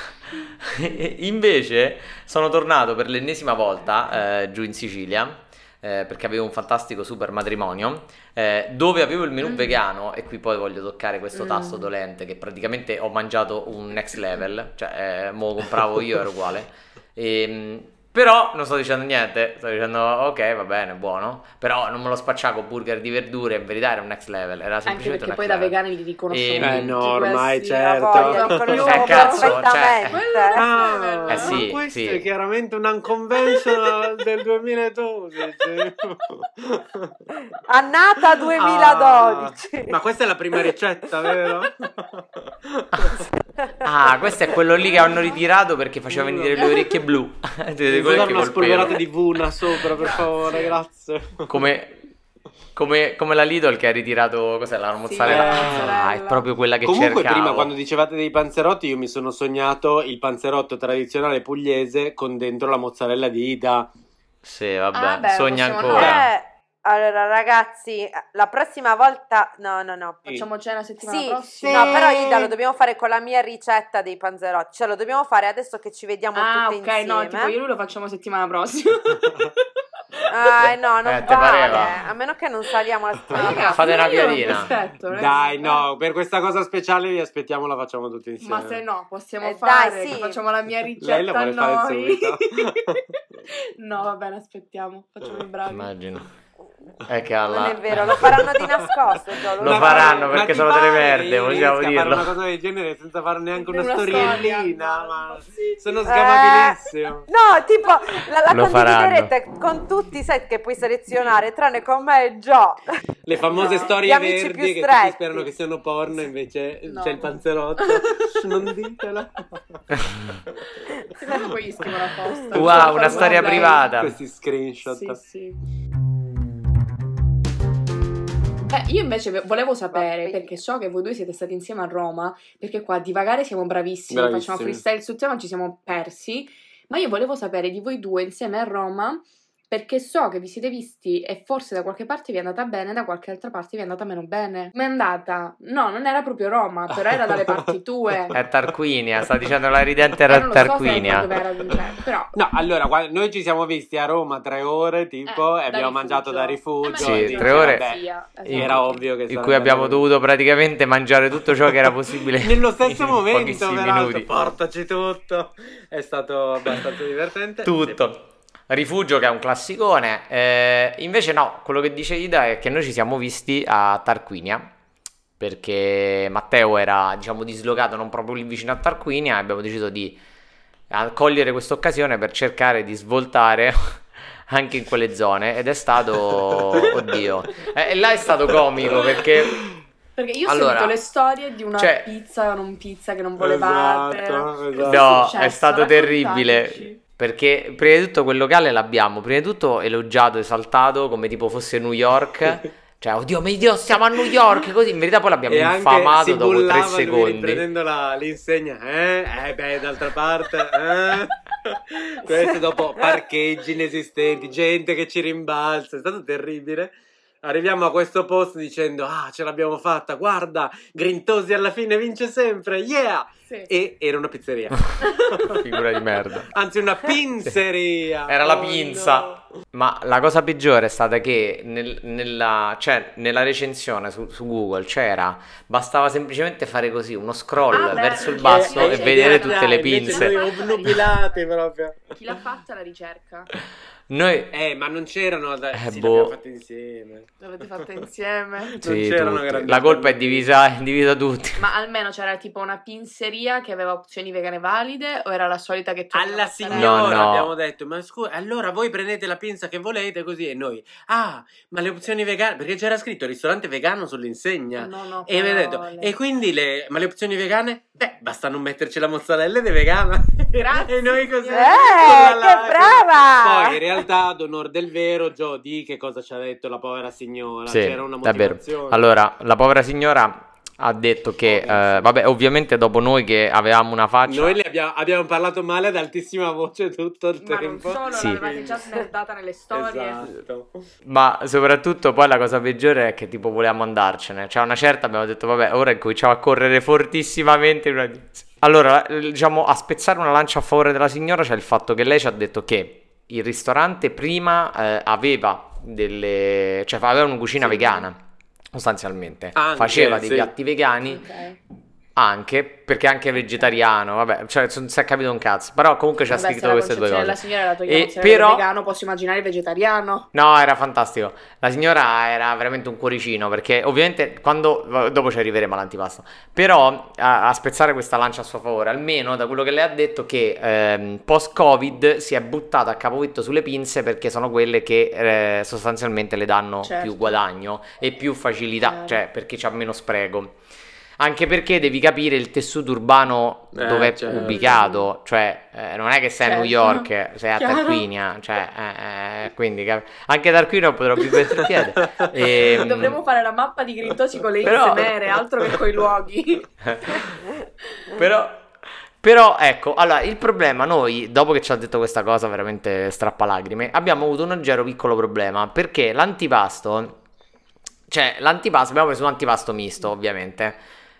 invece, sono tornato per l'ennesima volta eh, giù in Sicilia. eh, perché avevo un fantastico super matrimonio eh, dove avevo il menù Mm. vegano e qui poi voglio toccare questo tasto Mm. dolente che praticamente ho mangiato un next level, cioè eh, mo lo compravo io, ero uguale. Ehm, però non sto dicendo niente, sto dicendo ok, va bene, buono, però non me lo spacciavo con burger di verdure, in verità era un next level, era Anche semplicemente perché un poi next da level. vegani li riconoscono E- tutti Eh no, ormai questi. certo. La voglia, li Proprio. conosco Eh, cazzo, cioè- perfettamente. Quello è Ah, Eh sì, ma questo sì. è chiaramente un unconventional del duemiladodici. Annata duemiladodici. Ah, ma questa è la prima ricetta, vero? Ah, questo è quello lì che hanno ritirato perché faceva venire le orecchie blu. Delle Devo dare orecchie una col spolverata pelo. di Vuna sopra, per favore, grazie. Come, come, come la Lidl che ha ritirato, cos'è, la mozzarella? la mozzarella. Ah, è proprio quella che Comunque, cercavo. prima quando dicevate dei panzerotti, io mi sono sognato il panzerotto tradizionale pugliese con dentro la mozzarella di Ida. Sì, vabbè, Ah, beh, sogna possiamo ancora. Eh, allora ragazzi, la prossima volta no, no, no. Facciamo cena settimana Sì, prossima. no, però Ida lo dobbiamo fare con la mia ricetta dei panzerotti, cioè lo dobbiamo fare adesso che ci vediamo Ah, tutte ok, insieme. no, tipo io e lui lo facciamo settimana prossima. Ah, no, non Eh, te vale, pareva? a meno che non saliamo la settimana Ragazzi, prossima. Fate una io vi piadina. aspetto, ragazzi. Dai, no, per questa cosa speciale vi aspettiamo, la facciamo tutti insieme. Ma se no, possiamo Eh, fare, dai, che sì. facciamo la mia ricetta Lei la vuole a fare noi. subito. No, va bene, aspettiamo, facciamo i bravi. Immagino. È che Non alla... è vero, lo faranno di nascosto, Gio, Lo sai. faranno Ma perché ti sono delle pare merde, che io vogliamo riesca a fare dirlo. una cosa del genere senza fare neanche una, Una storiellina, storia. ma Sì, sì. sono Eh, sgamabilissimo. no, tipo la, la Lo condividerete con tutti i set che puoi selezionare, tranne con me e Gio. Le famose No. storie Gli amici verdi più che tutti stretti. sperano che siano porno, invece No. c'è il panzerotto. Non ditela. Secondo me poi gli scrivono apposta. Wow, Solo una per storia lei. privata. Questi screenshot. Sì, sì. Eh, io invece ve- volevo sapere, Vabbè. perché so che voi due siete stati insieme a Roma, perché qua a divagare siamo bravissimi, Bravissimi. facciamo freestyle sul tema, ci siamo persi, ma io volevo sapere di voi due insieme a Roma, perché so che vi siete visti e forse da qualche parte vi è andata bene, da qualche altra parte vi è andata meno bene. Ma è andata? No, non era proprio Roma, però era dalle parti tue. È Tarquinia, sta dicendo la ridente Eh, era non lo so se Tarquinia. dove era, cioè, però... No, allora, guarda, noi ci siamo visti a Roma tre ore, tipo, Eh, e da abbiamo mangiato da rifugio. Sì, e tre dice, ore. vabbè, Sia, esatto. era ovvio che In sarebbe cui abbiamo andato- dovuto praticamente mangiare tutto ciò che era possibile nello stesso in momento, pochissimi peraltro. minuti. Portaci tutto. È stato abbastanza divertente. Tutto. Rifugio che è un classicone. Eh, invece no, quello che dice Ida è che noi ci siamo visti a Tarquinia perché Matteo era, diciamo, dislocato non proprio lì vicino a Tarquinia e abbiamo deciso di cogliere questa occasione per cercare di svoltare anche in quelle zone ed è stato, oddio, e eh, là è stato comico perché Perché io ho Allora, sentito le storie di una cioè- pizza o non pizza che non volevate. Esatto, Cosa esatto. è no, successo? è stato Raccontateci. terribile Perché prima di tutto quel locale l'abbiamo prima di tutto elogiato, esaltato come tipo fosse New York. Cioè, oddio mio Dio, siamo a New York, così in verità poi l'abbiamo E anche infamato si dopo tre bullavano secondi. prendendo la, l'insegna, eh? Eh beh, d'altra parte, eh? Questo dopo parcheggi inesistenti, gente che ci rimbalza, è stato terribile. Arriviamo a questo posto dicendo, ah, ce l'abbiamo fatta, guarda, Grintosi alla fine vince sempre, yeah! Sì. E era una pizzeria. Figura di merda. Anzi, una pinzeria. Era la Oh, pinza. no. Ma la cosa peggiore è stata che nel- nella, cioè, nella recensione su, su Google c'era, bastava semplicemente fare così, uno scroll Ah, beh, verso il che- basso eh, e eh, vedere eh, tutte le Invece pinze. noi obnubilati proprio. Chi l'ha fatta la ricerca? Noi... Eh, ma non c'erano, da... Eh, sì, boh. l'abbiamo fatte insieme. L'avete fatta insieme? Sì, c'erano tutti. grandi La colpa è problemi. divisa, è divisa tutti. Ma almeno c'era tipo una pinzeria che aveva opzioni vegane valide o era la solita che tornava Alla a fare- signora No, no. abbiamo detto, ma scusa, allora voi prendete la pinza che volete così e noi, ah, ma le opzioni vegane, perché c'era scritto ristorante vegano sull'insegna. No, no, E mi ha detto, parole. e quindi le, ma le opzioni vegane? Beh, basta non metterci la mozzarella ed è vegana. Grazie. E noi così. Eh, con la che lacrima. brava! Poi in realtà, ad onor del vero, Gio, di che cosa ci ha detto la povera signora. Sì, C'era una davvero. motivazione. Allora, la povera signora ha detto che, eh, vabbè, ovviamente dopo noi che avevamo una faccia... Noi le abbiamo, abbiamo parlato male ad altissima voce tutto il Ma non tempo. solo, Sì. l'avevate già smerdata nelle storie. Esatto. Ma soprattutto poi la cosa peggiore è che tipo volevamo andarcene. Cioè a una certa abbiamo detto vabbè, ora cominciamo a correre fortissimamente in una direzione. Allora, eh, diciamo, a spezzare una lancia a favore della signora c'è il fatto che lei ci ha detto che il ristorante prima eh, aveva delle... cioè aveva una cucina Sì. vegana, sostanzialmente. Anche, Faceva dei sì. piatti vegani. Ok. Anche perché anche vegetariano, vabbè, cioè non si è capito un cazzo, però comunque c'ha Vabbè, se scritto la queste due concezione cose. della signora era togliamo E se però- era vegano, posso immaginare il vegetariano. No, era fantastico. La signora era veramente un cuoricino perché ovviamente quando dopo ci arriveremo all'antipasto. Però a, a spezzare questa lancia a suo favore, almeno da quello che lei ha detto che ehm, post-Covid si è buttata a capovitto sulle pinze perché sono quelle che eh, sostanzialmente le danno Certo. più guadagno e più facilità, Chiaro. cioè perché c'ha meno spreco. Anche perché devi capire il tessuto urbano Eh, dove è certo. ubicato, cioè eh, non è che sei a New Certo. York, sei a Chiaro. Tarquinia, cioè eh, eh, quindi cap- anche Tarquinia potrò più mettere piede. Ehm, Dovremmo fare la mappa di Grintosi con le Però- inse nere, altro che coi luoghi. Però Però ecco, allora il problema noi, dopo che ci ha detto questa cosa veramente strappalacrime, abbiamo avuto un leggero piccolo problema, perché l'antipasto, cioè l'antipasto, abbiamo preso un antipasto misto ovviamente,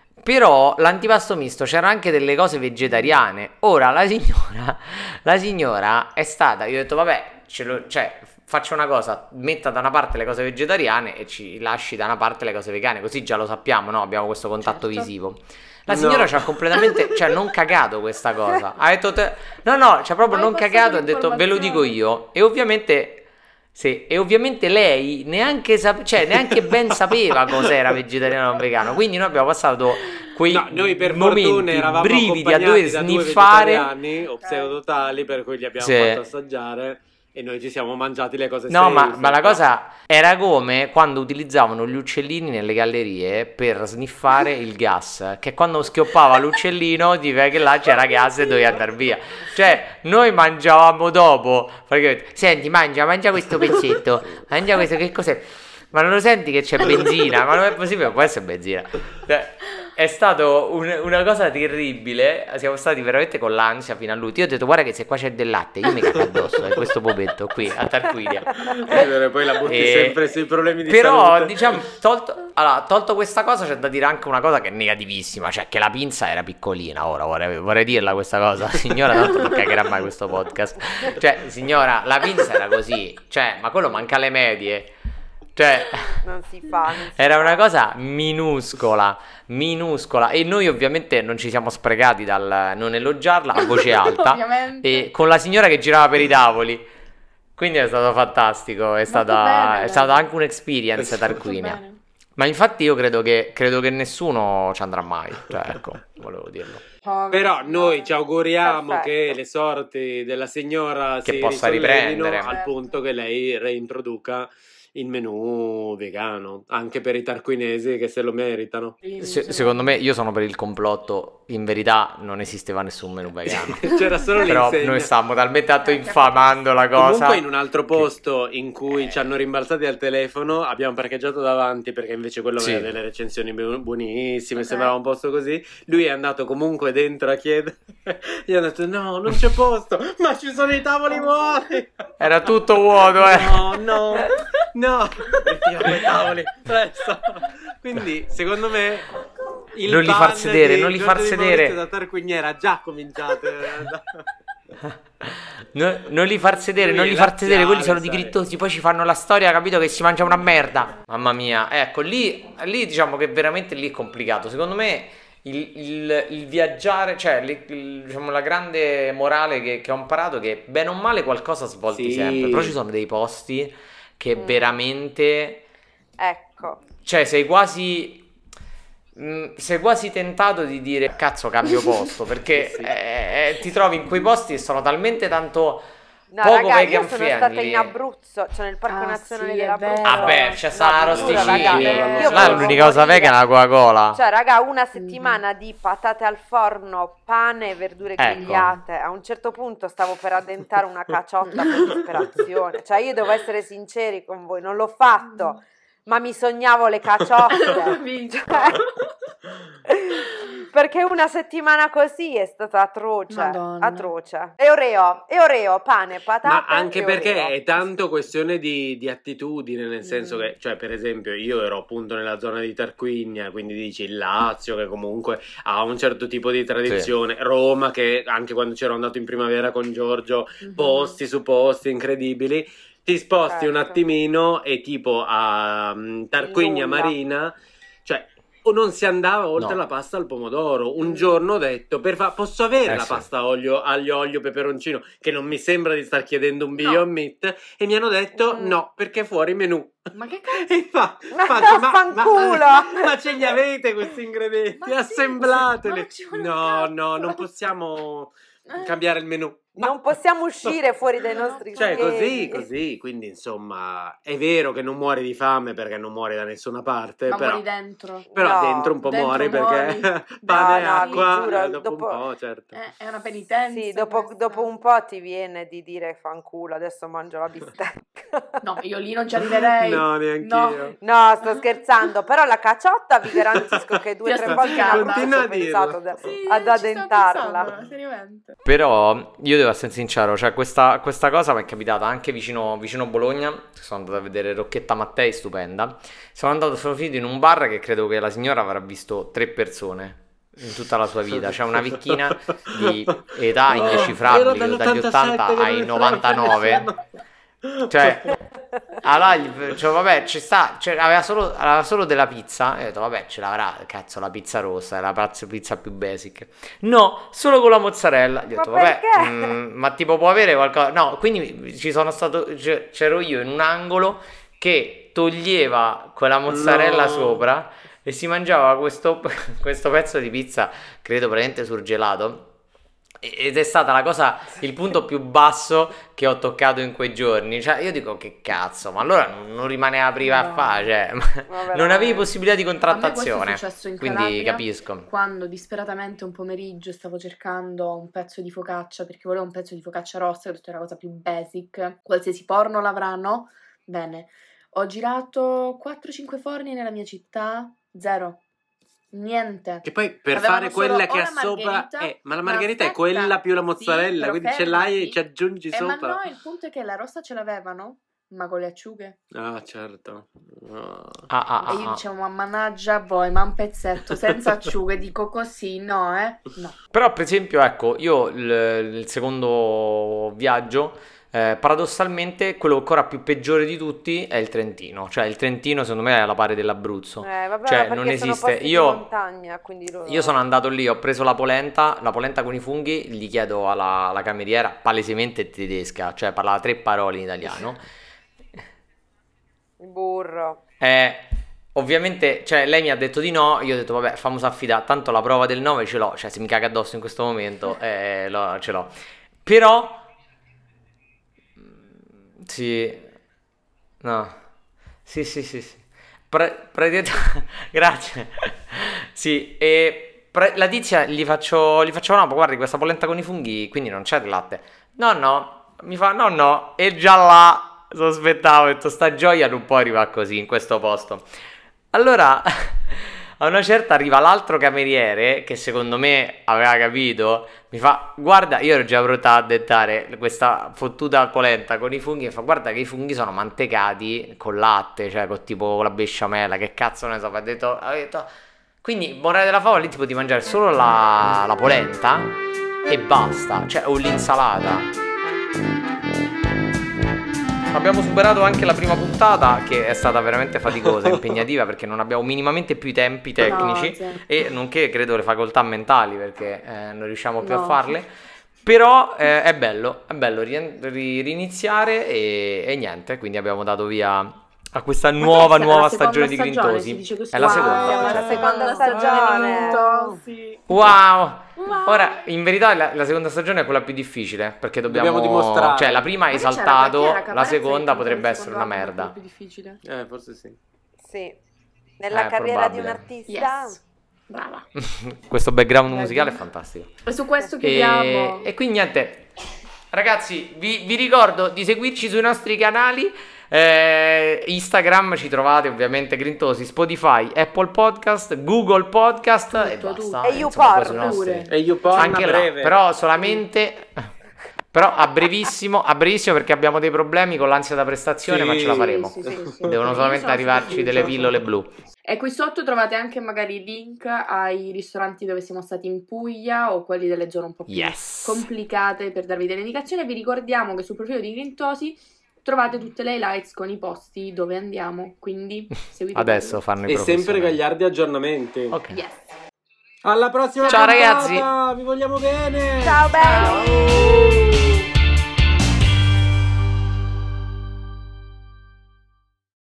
però l'antipasto misto c'era anche delle cose vegetariane. Ora la signora, la signora è stata, io ho detto vabbè, ce lo- cioè faccio una cosa, metta da una parte le cose vegetariane e ci lasci da una parte le cose vegane, così già lo sappiamo, no? Abbiamo questo contatto Certo. visivo. La signora No. ci ha completamente, cioè non cagato questa cosa. Ha detto, te- no no, ci ha proprio Hai non passato cagato, ha detto ve lo dico l'informazione. io. E ovviamente... Sì, e ovviamente lei neanche, sap- cioè, neanche ben sapeva cos'era vegetariano o vegano. Quindi noi abbiamo passato quei No, noi per momenti, fortuna eravamo brividi a accompagnati dover da due sniffare. vegetariani o pseudotali, per cui li abbiamo Sì. fatto assaggiare e noi ci siamo mangiati le cose No, ma, safe. ma la cosa era come quando utilizzavano gli uccellini nelle gallerie per sniffare il gas. Che quando schioppava l'uccellino, diceva che là c'era gas e doveva andare via. Cioè, noi mangiavamo dopo. Perché, senti, mangia, mangia questo pezzetto. Mangia questo, che cos'è? Ma non lo senti che c'è benzina? Ma non è possibile, può essere benzina. Cioè, è stato un- una cosa terribile. Siamo stati veramente con l'ansia fino a lui. Io ho detto, guarda che se qua c'è del latte, io mi cacco addosso. È questo popetto qui, a Tarquinia. Eh, poi la butti E- sempre sui problemi di Però, salute. diciamo, tolto, allora, tolto questa cosa, c'è da dire anche una cosa che è negativissima. Cioè, che la pinza era piccolina. Ora vorrei, vorrei dirla questa cosa. Signora, tanto non cagherà mai questo podcast. Cioè, signora, la pinza era così. Cioè, ma quello manca alle medie. Cioè, Non si fa. Non si era fa. una cosa minuscola, minuscola. E noi ovviamente non ci siamo sprecati dal non elogiarla a voce alta. Ovviamente. E con la signora che girava per i tavoli. Quindi è stato fantastico. È Molto stata, bene, è dai. stata anche un'experience Molto Tarquinia. bene. Ma infatti io credo che, credo che nessuno ci andrà mai. Cioè, ecco, volevo dirlo. Povero Però noi signore. ci auguriamo Perfetto. che le sorti della signora Che si possa risollevino riprendere. al Certo. punto che lei reintroduca il menù vegano, anche per i tarquinesi che se lo meritano. Se- secondo me, io sono per il complotto. In verità non esisteva nessun menù vegano. C'era solo Però l'insegna. noi stavamo talmente tanto infamando la cosa. Comunque in un altro posto in cui ci hanno rimbalzati al telefono abbiamo parcheggiato davanti perché invece quello Sì. aveva delle recensioni bu- buonissime, Ok. sembrava un posto così. Lui è andato comunque dentro a chiedere, gli hanno detto no, non c'è posto, ma ci sono i tavoli vuoti. Era tutto vuoto, eh. No, no, no, mettiamo i tavoli, presto. Quindi secondo me il Non li ban far sedere, di non li Giorgio far Di sedere. Maurizio da Tarquiniera ha già cominciato. No- non li far sedere, Lui non è li far sedere, quelli sono di laziale, grittosi, poi ci fanno la storia, capito, che si mangia una merda. Mamma mia, ecco, lì, lì diciamo che veramente lì è complicato. Secondo me il, il- il viaggiare, cioè li- il- diciamo, la grande morale che, che ho imparato è che bene o male qualcosa svolti Sì. sempre, però ci sono dei posti che Mm. veramente, Ecco. cioè sei quasi... mm, sei quasi tentato di dire cazzo cambio posto perché Sì. eh, eh, ti trovi in quei posti che sono talmente tanto No, poco raga, io vegan sono stata friendly. in Abruzzo, cioè nel Parco Ah, Nazionale sì, è dell'Abruzzo. vero. Vabbè, c'è No, sta vi giuro, raga, Rosticini. io io Là volevo l'unica cosa morire. vegan è la Coca-Cola. Cioè, raga, una settimana di patate al forno, pane e verdure Ecco. grigliate. A un certo punto stavo per addentare una caciotta per disperazione. Cioè, io devo essere sinceri con voi, non l'ho fatto, ma mi sognavo le caciotte. Vinto. Perché una settimana così è stata atroce, Madonna. atroce. E oreo, e oreo, pane, patate. Ma anche e perché oreo. è tanto questione di, di attitudine, nel senso Mm. che, cioè, per esempio, io ero appunto nella zona di Tarquinia, quindi dici il Lazio, che comunque ha un certo tipo di tradizione, Roma, che anche quando c'ero andato in primavera con Giorgio, Mhm. posti su posti incredibili. Ti sposti un Certo. attimino e tipo a mm, Tarquinia Nulla. Marina, cioè o non si andava oltre No. la pasta al pomodoro. Un Mm. giorno ho detto, per fa- posso avere Eh, la sì. pasta olio, aglio, olio, peperoncino, che non mi sembra di star chiedendo un No. Beyond Meat, e mi hanno detto Mm. no, perché è fuori menù. Ma che cazzo? E fa, Ma faccio, ma, ma, vaffanculo! ma ce li avete questi ingredienti? Ma sì, Assemblateli. ma non ci vuole un No, cazzo. no, non possiamo Eh. cambiare il menù. Ma- Non possiamo uscire fuori dai No, nostri Cioè, schemi. così, così, quindi insomma, è vero che non muori di fame perché non muori da nessuna parte, Ma però, muori dentro. però No, dentro un po' dentro muori muori. perché pane e No, no, vi acqua, giuro, eh, dopo, dopo- un po', certo. Eh, è una penitenza. Sì, dopo, questa. dopo un po' ti viene di dire fanculo, adesso mangio la bistecca. No, io lì non ci arriverei. No, neanch'io. No. No, sto scherzando, però la caciotta vi garantisco che due o Ti tre ha volte in stuzzicato. Abruzzo Continua ci a ho pensato dirlo. da- Sì, ad ci stavo addentarla. pensando, seriamente. Però io devo essere sincero, cioè questa, questa cosa mi è capitata anche vicino, vicino Bologna. Sono andato a vedere Rocchetta Mattei, stupenda. Sono andato sono finito in un bar che credo che la signora avrà visto tre persone in tutta la sua vita. C'è una vecchina di età No, indecifrabili, ero dagli ottanta dall'ottantasette che ai non novantanove. Cioè, allora, gli- cioè, vabbè, ci sta, cioè, aveva solo, aveva solo della pizza. E ho detto, vabbè, ce l'avrà, cazzo, la pizza rossa, è la pazza- pizza più basic. No, solo con la mozzarella. Gli ho Ma detto, vabbè, perché? mm, ma tipo può avere qualcosa? No, quindi ci sono stato, c- c'ero io in un angolo che toglieva quella mozzarella No. sopra e si mangiava questo, questo pezzo di pizza, credo praticamente surgelato. Ed è stata la cosa, il punto più basso che ho toccato in quei giorni. Cioè, io dico che cazzo, ma allora non, non rimaneva priva a No. fare, cioè, ma Ma non veramente. avevi possibilità di A me questo è contrattazione. successo in Quindi Calabria, capisco. quando disperatamente un pomeriggio stavo cercando un pezzo di focaccia perché volevo un pezzo di focaccia rossa, che ho detto era la cosa più basic. Qualsiasi porno l'avranno. Bene, ho girato quattro cinque forni nella mia città, zero. Niente. Che poi per Avevano fare solo quella o che la ha sopra, margherita, eh, ma la ma margherita è aspetta, quella più la sì, mozzarella, però quindi ce l'hai e fermati. ci aggiungi Eh, ma sopra. no, il punto è che la rossa ce l'avevano, ma con le acciughe. Ah, certo. No. Ah, ah, E ah, io ah. dicevo, ma mannaggia a voi, ma un pezzetto senza acciughe, dico così, no, eh? No. Però, per esempio, ecco, io il, il secondo viaggio, eh, paradossalmente, quello ancora più peggiore di tutti è il Trentino. Cioè, il Trentino, secondo me, è alla pari dell'Abruzzo. Eh, vabbè, Cioè, ma non perché sono esiste. posti di Io- montagna, quindi loro- Io sono andato lì, ho preso la polenta, la polenta con i funghi, gli chiedo alla, alla cameriera, palesemente tedesca, cioè parlava tre parole in italiano. il burro. Eh, ovviamente, cioè, lei mi ha detto di no, io ho detto vabbè, famosa affidare, tanto la prova del nove ce l'ho, cioè se mi caga addosso in questo momento, eh, lo- ce l'ho. Però, sì, no, Sì, sì, sì, sì. Pre- pre- Grazie. Sì, e pre- la tizia gli faccio, gli faccio no, ma guardi questa polenta con i funghi, quindi non c'è del latte. No, no, mi fa no, no, e già là sospettavo, ho detto sta gioia non può arrivare così in questo posto. Allora, a una certa arriva l'altro cameriere che secondo me aveva capito, mi fa guarda, io ero già pronta a dettare questa fottuta polenta con i funghi, mi fa guarda che i funghi sono mantecati con latte, cioè con tipo la besciamella, che cazzo ne so, ha detto, ha detto quindi morale della favola lì ti potevi mangiare solo la, la polenta e basta, cioè o l'insalata. Abbiamo superato anche la prima puntata che è stata veramente faticosa e impegnativa perché non abbiamo minimamente più i tempi tecnici No, sì. e nonché credo le facoltà mentali perché eh, non riusciamo più No. a farle. Però eh, è bello, è bello ri- ri- riniziare e, e niente, quindi abbiamo dato via a questa nuova, questa è nuova la seconda stagione di stagione, Grintosi. si dice così. È la Wow, seconda. siamo alla seconda stagione. di Grintosi. Wow! Wow. Ora, in verità la, la seconda stagione è quella più difficile perché dobbiamo, Dobbiamo dimostrare. Cioè, la prima hai Ma che c'era? saltato, Perché era la Caparezza seconda che potrebbe il essere secondo una anno è merda. più difficile. Eh, forse sì. Sì. Nella Eh, carriera di probabile. un artista. Yes. Brava. Questo background Vedi? musicale è fantastico. E su questo chiediamo. E, e quindi niente, ragazzi, vi, vi ricordo di seguirci sui nostri canali. Eh, Instagram ci trovate ovviamente Grintosi, Spotify, Apple Podcast, Google Podcast e Tutto, basta. tutto. E insomma, YouPorn poi sui nostri- pure. E io porno Anche a là, breve. però solamente però a brevissimo, a brevissimo perché abbiamo dei problemi con l'ansia da prestazione, Sì, ma ce la faremo. Sì, sì, sì, sì. Devono Io solamente sono arrivarci super delle fiduciosa. pillole blu. E qui sotto trovate anche magari i link ai ristoranti dove siamo stati in Puglia o quelli delle zone un po' più Yes. complicate per darvi delle indicazioni. Vi ricordiamo che sul profilo di Grintosi trovate tutte le highlights con i posti dove andiamo, quindi seguite Adesso fanno i E sempre professionali. gagliardi aggiornamenti. Ok. Yes. Alla prossima Ciao, puntata, ragazzi. vi vogliamo bene. Ciao belli! Ciao.